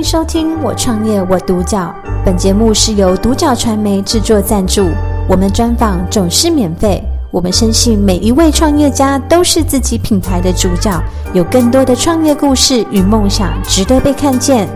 收听我创业我独角，本节目是由独角传媒制作赞助，我们专访总是免费。我们深信每一位创业家都是自己品牌的主角，有更多的创业故事与梦想值得被看见。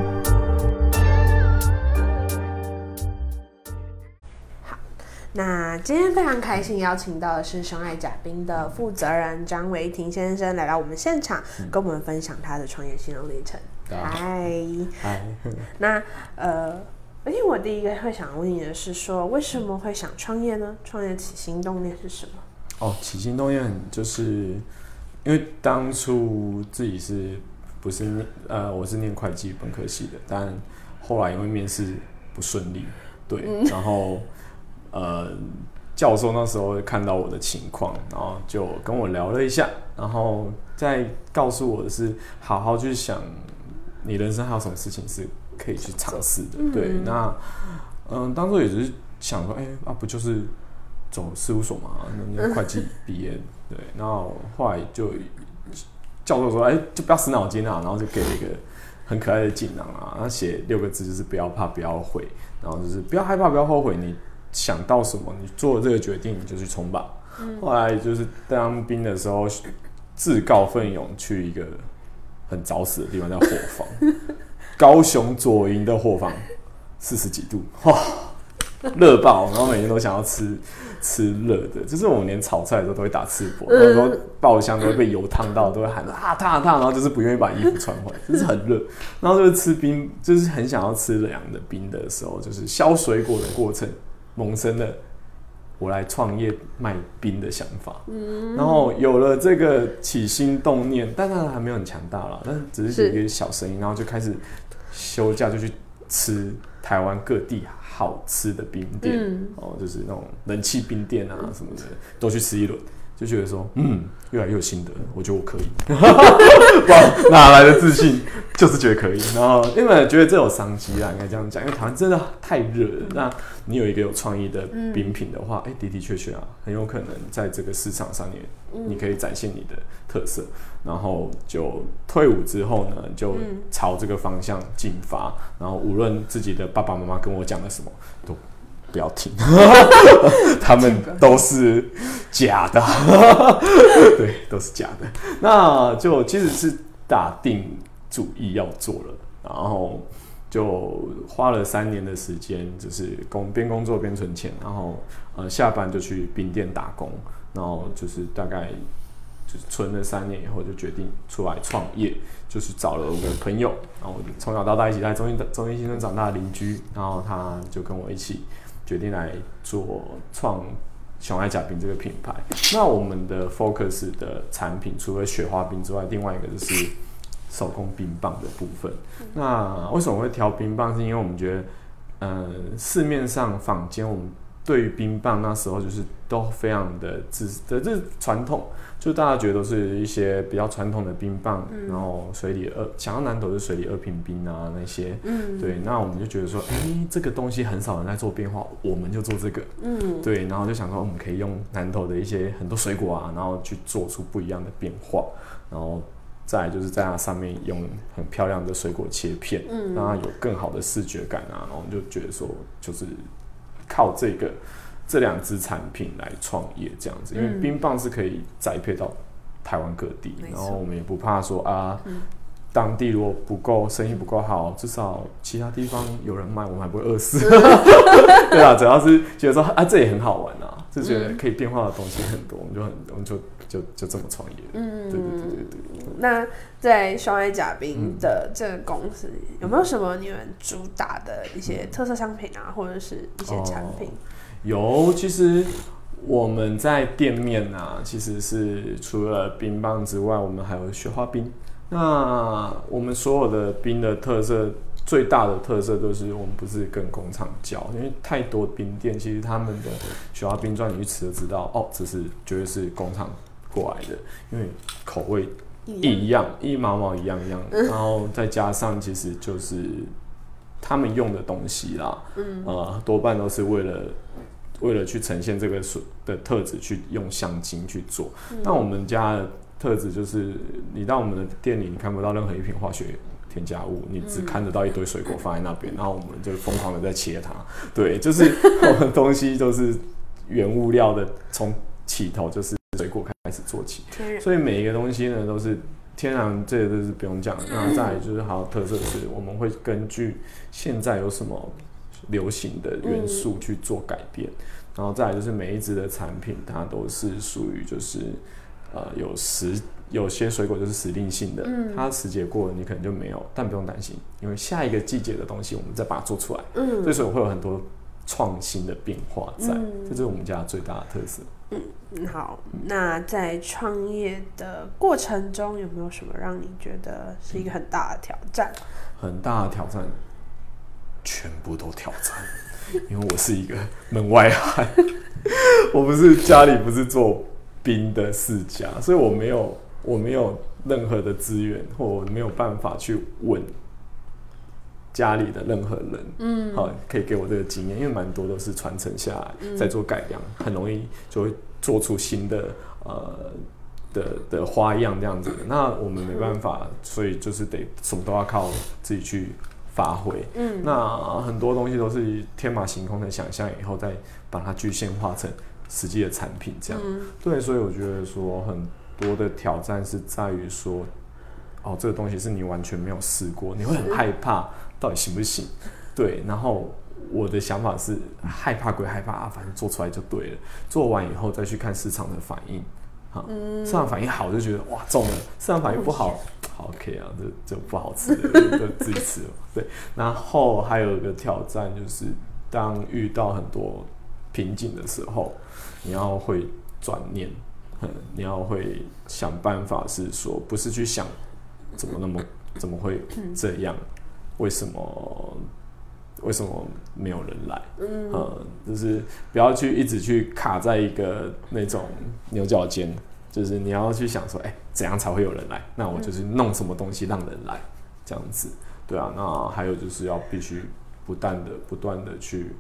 那今天非常开心邀请到的是熊爱甲冰的负责人张维廷先生来到我们现场，跟我们分享他的创业心路历程。嗨，那而且我第一个会想问你的是说，为什么会想创业呢？创业起心动念是什么？ 起心动念就是因为当初自己不是我是念会计本科系的，但后来因为面试不顺利，对，然后教授那时候看到我的情况，然后就跟我聊了一下，然后再告诉我的是好好去想，你人生还有什么事情是可以去尝试的。对，那当初也只是想说，不就是走事务所嘛，那会计毕业，对，然后后来就教授说，就不要死脑筋啊，然后就给了一个很可爱的锦囊啊，他写6个字，就是不要怕，不要悔，然后就是不要害怕，不要后悔，你想到什么，你做了这个决定，你就去冲吧。后来就是当兵的时候，自告奋勇去一个很早死的地方，叫伙房，高雄左营的伙房，40几度，哇，热爆，然后每天都想要吃热的，就是我们连炒菜的时候都会打赤膊，然后说爆香都会被油烫到，都会喊烫，然后就是不愿意把衣服穿坏，就是很热，然后就是吃冰，就是很想要吃凉的冰的时候，就是削水果的过程。萌生了我来创业卖冰的想法，然后有了这个起心动念，但当然还没有很强大啦，但是只是一个小生意，然后就开始休假就去吃台湾各地好吃的冰店，就是那种人气冰店啊什么的，都去吃一轮，就觉得说，越来越有心得，我觉得我可以，哇，哪来的自信？就是觉得可以，然后因为觉得这有商机啦，应该这样讲，因为台湾真的太热了。那你有一个有创意的冰品的话，的确啊，很有可能在这个市场上面，你可以展现你的特色。然后就退伍之后呢，就朝这个方向进发。然后无论自己的爸爸妈妈跟我讲了什么，都不要听，他们都是假的，对，都是假的。那就其实是打定主意要做了，然后就花了3年的时间，就是边工作边存钱，然后下班就去冰店打工，然后就是大概就是存了3年以后，就决定出来创业，就是找了我的朋友，然后从小到大一起在中义新村长大的邻居，然后他就跟我一起决定来创熊爱甲冰这个品牌。那我们的 focus 的产品除了雪花冰之外，另外一个就是手工冰棒的部分。那为什么会挑冰棒？是因为我们觉得，市面上坊间我们对于冰棒那时候就是都非常的这是传统，就大家觉得都是一些比较传统的冰棒，然后想要南投是水里2瓶冰啊那些，对，那我们就觉得说，这个东西很少人在做变化，我们就做这个，对，然后就想说我们可以用南投的一些很多水果啊，然后去做出不一样的变化，然后再来就是在它上面用很漂亮的水果切片，让它有更好的视觉感啊，然后我们就觉得说，就是靠这2支产品来创业这样子，因为冰棒是可以栽培到台湾各地，然后我们也不怕说当地如果生意不够好，至少其他地方有人卖，我们还不会饿死。对啊，主要是觉得说这也很好玩啊，就觉得可以变化的东西很多，我们就这么创业。对。 那在熊爱甲冰的这个公司，有没有什么你们主打的一些特色商品啊，或者是一些产品？ 有，其实我们在店面啊，其实是除了冰棒之外，我们还有雪花冰。那我们所有的冰的特色，最大的特色就是我们不是跟工厂交，因为太多冰店其实他们的雪花冰砖你去吃就知道，这是绝对是工厂过来的，因为口味一样，一毛一样，然后再加上其实就是他们用的东西啦，多半都是为了去呈现这个的特质，去用香精去做。那我们家的特质就是，你到我们的店里，你看不到任何一瓶化学添加物，你只看得到一堆水果放在那边，然后我们就疯狂的在切它。对，就是我们东西都是原物料的，从起头就是水果开始做起，所以每一个东西呢都是天然，这个就是不用讲。那再来就是还有特色是，我们会根据现在有什么流行的元素去做改变，然后再来就是每一支的产品，它都是属于就是有些水果就是时令性的，它时节过了你可能就没有，但不用担心，因为下一个季节的东西我们再把它做出来，所以会有很多创新的变化在，这就是我们家最大的特色。 好，那在创业的过程中，有没有什么让你觉得是一个很大的挑战？ 很大的挑战，全部都挑战，因为我是一个门外汉，家里不是做冰的世家，所以我没有任何的资源，或我没有办法去问家里的任何人，可以给我这个经验，因为蛮多都是传承下来，再做改良，很容易就会做出新的的花样这样子的。那我们没办法，所以就是得什么都要靠自己去发挥。那很多东西都是天马行空的想象，以后再把它具现化成实际的产品这样。对，所以我觉得说很多的挑战是在于说，这个东西是你完全没有试过，你会很害怕到底行不行。对，然后我的想法是害怕归害怕，反正做出来就对了。做完以后再去看市场的反应，市场反应好就觉得哇中了，市场反应不好，好 OK 啊，这不好吃的就自己吃了。对，然后还有一个挑战就是，当遇到很多瓶颈的时候，你要会转念，你要会想办法，是说不是去想怎么会这样，为什么没有人来？就是不要去一直去卡在一个那种牛角尖，就是你要去想说，怎样才会有人来？那我就是弄什么东西让人来，这样子，对啊。那还有就是要必须不断的去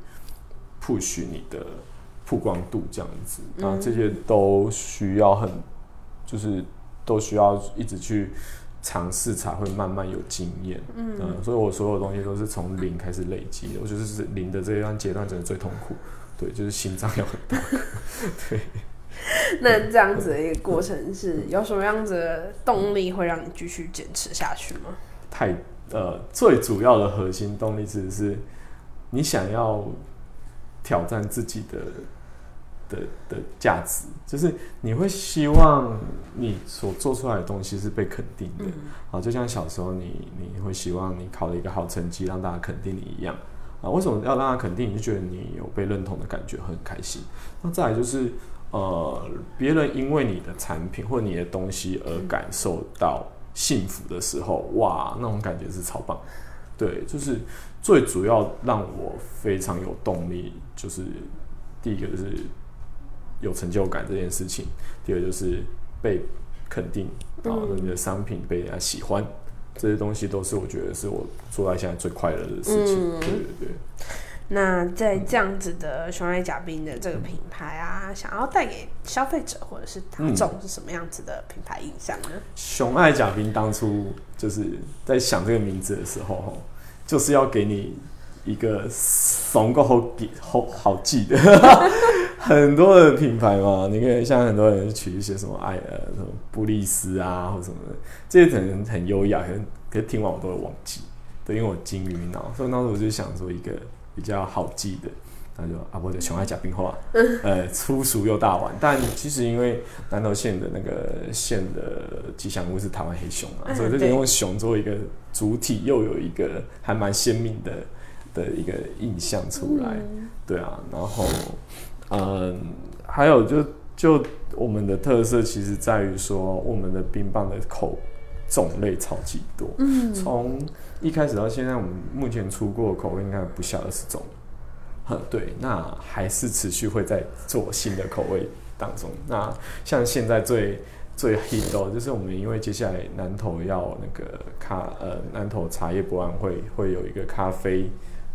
push 你的曝光度，这样子。那这些都需要都需要一直去尝试才会慢慢有经验，所以我所有东西都是从零开始累积的。我觉得是零的这一段阶段真的最痛苦，对，就是心脏要很大。对。 那这样子的一个过程是有什么样子的动力会让你继续坚持下去吗？ 最主要的核心动力其实是你想要挑战自己的价值，就是你会希望你所做出来的东西是被肯定的。就像小时候你会希望你考了一个好成绩，让大家肯定你一样。为什么要让大家肯定？你就觉得你有被认同的感觉，很开心。那再来就是别人因为你的产品或你的东西而感受到幸福的时候，哇，那种感觉是超棒。对，就是最主要让我非常有动力，就是第一个就是有成就感这件事情，第二个就是被肯定，你的商品被人家喜欢，这些东西都是我觉得是我做到现在最快乐的事情。对。 那在这样子的熊爱甲冰的这个品牌啊，想要带给消费者或者是大众是什么样子的品牌印象呢？ 熊爱甲冰当初就是在想这个名字的时候，就是要给你一个怂够好记的很多的品牌嘛，你可以像很多人取一些什么什么布丽斯啊或什么的，这些可能很优雅，可是听完我都会忘记，对，因为我金鱼脑，所以那时候我就想说一个比较好记的，那就我的熊爱甲冰花，粗俗又大碗，但其实因为南投县的那个县的吉祥物是台湾黑熊啊，所以就用熊做一个主体，又有一个还蛮鲜明的一个印象出来，对啊，然后还有就我们的特色其实在于说，我们的冰棒的种类超级多，从一开始到现在，我们目前出过的口味应该不下20种，对，那还是持续会在做新的口味当中。那像现在最 hit 的就是我们因为接下来南投要那个南投茶叶博览会会有一个咖啡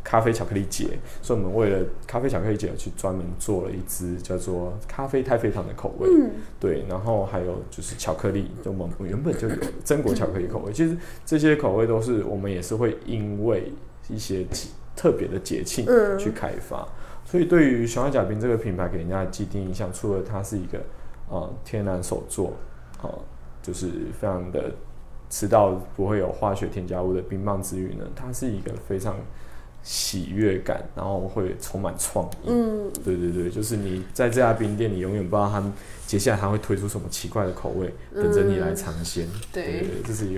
咖啡巧克力节，所以我们为了咖啡巧克力节去专门做了一支叫做咖啡太妃糖的口味，对，然后还有就是巧克力，就我们原本就有榛果巧克力口味，其实这些口味都是我们也是会因为一些特别的节庆去开发，所以对于熊爱甲冰这个品牌给人家的既定印象，除了它是一个天然手作，就是非常的吃到不会有化学添加物的冰棒之余呢，它是一个非常喜悦感，然后会充满创意。对对对，就是你在这家冰店，你永远不知道接下来他会推出什么奇怪的口味，等着你来尝鲜。对，这是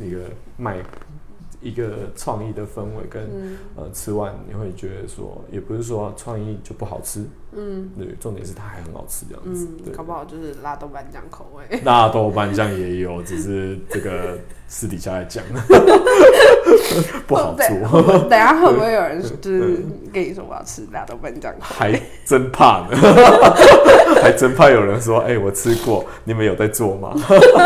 一个创意的氛围跟吃完你会觉得说，也不是说创意就不好吃，对，重点是它还很好吃这样子。 搞不好就是辣豆瓣酱口味， 辣豆瓣酱也有，只是这个私底下来讲不好做。 等一下会不会有人就是跟你说我要吃辣豆瓣酱口味？ 还真怕呢，还真怕有人说，我吃过，你们有在做吗？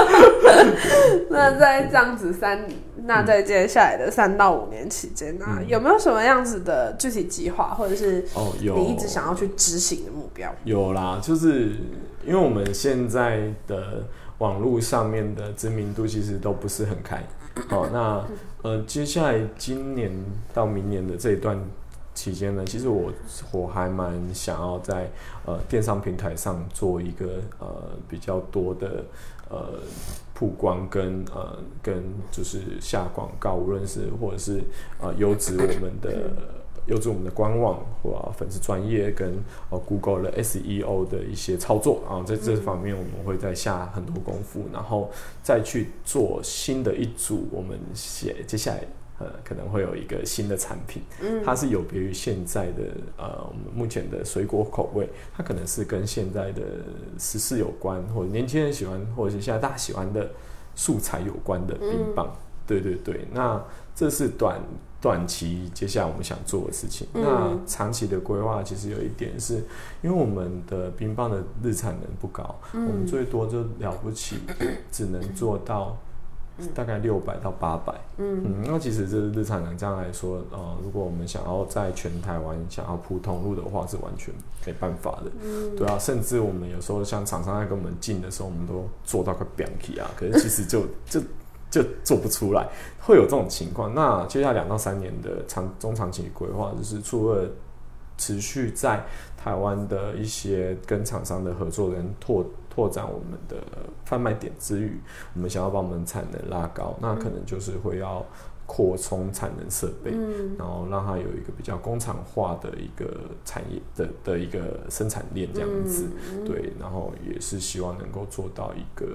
那在这样子那在接下来的3到5年期间呢，有没有什么样子的具体计划，或者是你一直想要去执行的目标？ 有啦，就是因为我们现在的网络上面的知名度其实都不是很开，那接下来今年到明年的这一段期间呢，其实我还蛮想要在电商平台上做一个比较多的曝光跟就是下广告，无论是或者是优质我们的官网或粉丝专页跟Google 的 SEO 的一些操作在这方面我们会再下很多功夫，然后再去做新的一组我们接下来可能会有一个新的产品，它是有别于现在的我们目前的水果口味，它可能是跟现在的时事有关，或者年轻人喜欢，或者是现在大家喜欢的素材有关的冰棒。对对对，那这是短期接下来我们想做的事情。那长期的规划其实有一点是，因为我们的冰棒的日产能不高，我们最多就了不起只能做到大概600到800。那其实这日产能这样来说，如果我们想要在全台湾想要铺通路的话，是完全没办法的。对啊，甚至我们有时候像厂商在跟我们进的时候，我们都做到快扁起啊，可是其实就做不出来，会有这种情况。那接下来2到3年的中长期规划，就是除了持续在台湾的一些跟厂商的合作跟拓展我们的贩卖点之余，我们想要把我们产能拉高，那可能就是会要扩充产能设备，然后让它有一个比较工厂化的一个产业的一个生产链这样子。对，然后也是希望能够做到一个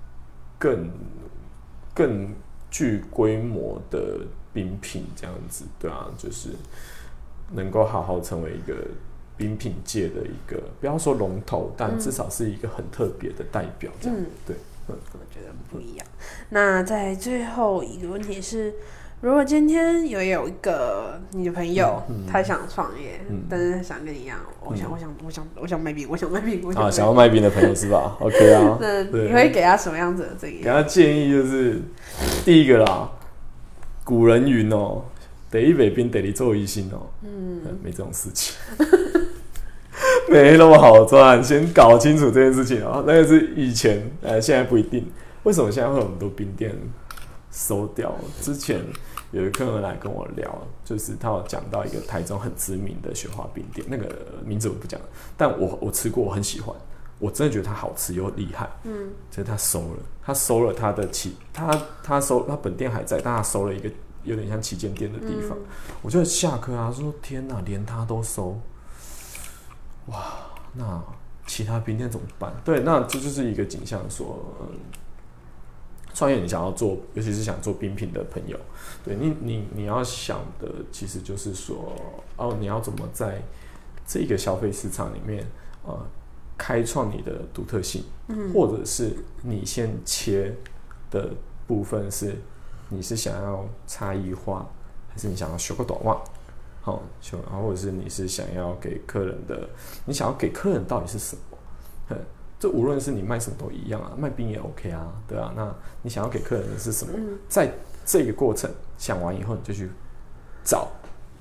更具规模的冰品这样子。对啊，就是能够好好成为一个冰品界的一个，不要说龙头，但至少是一个很特别的代表这样。对， 我觉得不一样。那在最后一个问题是，如果今天有一个你的朋友，他想创业，但是他想跟你一样，我想卖冰， 想要卖冰的朋友是吧？OK 啊。 那你会给他什么样子的建议？ 给他建议就是第一个啦，古人云第一卖冰，第二做医生没这种事情。没那么好赚，先搞清楚这件事情那个是以前，现在不一定。为什么现在会有很多冰店收掉？之前有一个客人来跟我聊，就是他有讲到一个台中很知名的雪花冰店，那个名字我不讲了，但我吃过，我很喜欢，我真的觉得它好吃又厉害。所以他收了他的他本店还在，但他收了一个有点像旗舰店的地方。我就下课说天哪，连他都收。哇，那其他冰店怎么办？对，那这就是一个景象说，创业你想要做，尤其是想做冰品的朋友，对你要想的其实就是说，你要怎么在这个消费市场里面，开创你的独特性，或者是你先切的部分是，你是想要差异化，还是你想要修个短袜？或者是你是想要给客人的，你想要给客人到底是什么？这无论是你卖什么都一样啊，卖冰也 OK 啊，对啊。那你想要给客人的是什么？在这个过程想完以后，你就去找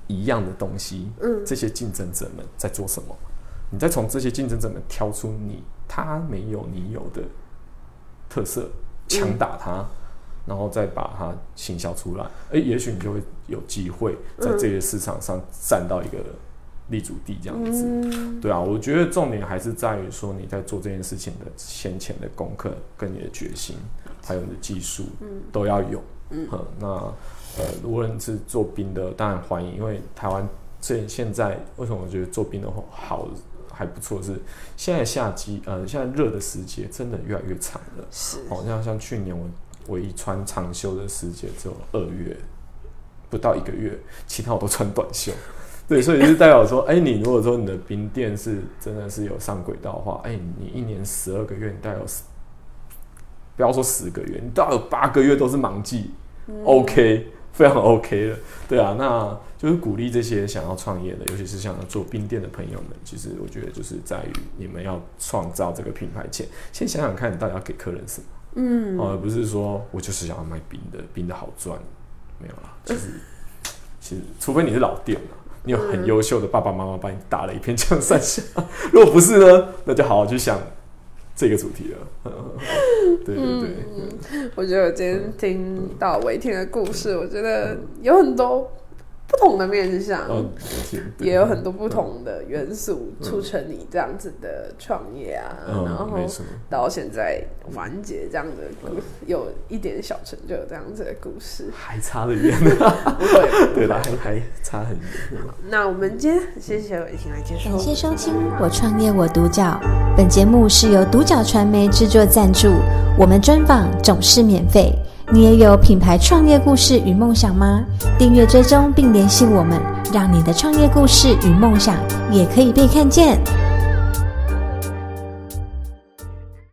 一样的东西，这些竞争者们在做什么？你再从这些竞争者们挑出他没有你有的特色，强打他，然后再把它行销出来，也许你就会有机会在这个市场上站到一个立足地这样子。对啊，我觉得重点还是在于说你在做这件事情的先前的功课跟你的决心，还有你的技术都要有。那无论是做冰的，当然欢迎，因为台湾现在为什么我觉得做冰的好还不错，是现在夏季现在热的时节真的越来越长了。是，像去年我唯一穿长袖的时节只有2月，不到1个月，其他我都穿短袖。对，所以就是代表说，你如果说你的冰店是真的是有上轨道的话，你一年12个月，你大概有不要说10个月，你大概有8个月都是忙季，OK， 非常 OK 了。对啊，那就是鼓励这些想要创业的，尤其是想要做冰店的朋友们，其实我觉得就是在于你们要创造这个品牌前，先想想看你到底要给客人什么，而不是说我就是想要卖冰的好赚，没有啦，其实除非你是老店啦。你有很优秀的爸爸妈妈帮你打了一片江山下，如果不是呢，那就好好去想这个主题了。对对对， 我觉得我今天听到伟霆的故事，我觉得有很多不同的面向，也有很多不同的元素促成你这样子的创业啊，然后到现在完结这样的有一点小成就这样子的故事， 还差得远。对啦，还差很远。 那我们今天谢谢伟霆来接受， 感谢收听我创业我独角。本节目是由独角传媒制作赞助，我们专访总是免费。你也有品牌创业故事与梦想吗？订阅追踪并联系我们，让你的创业故事与梦想也可以被看见。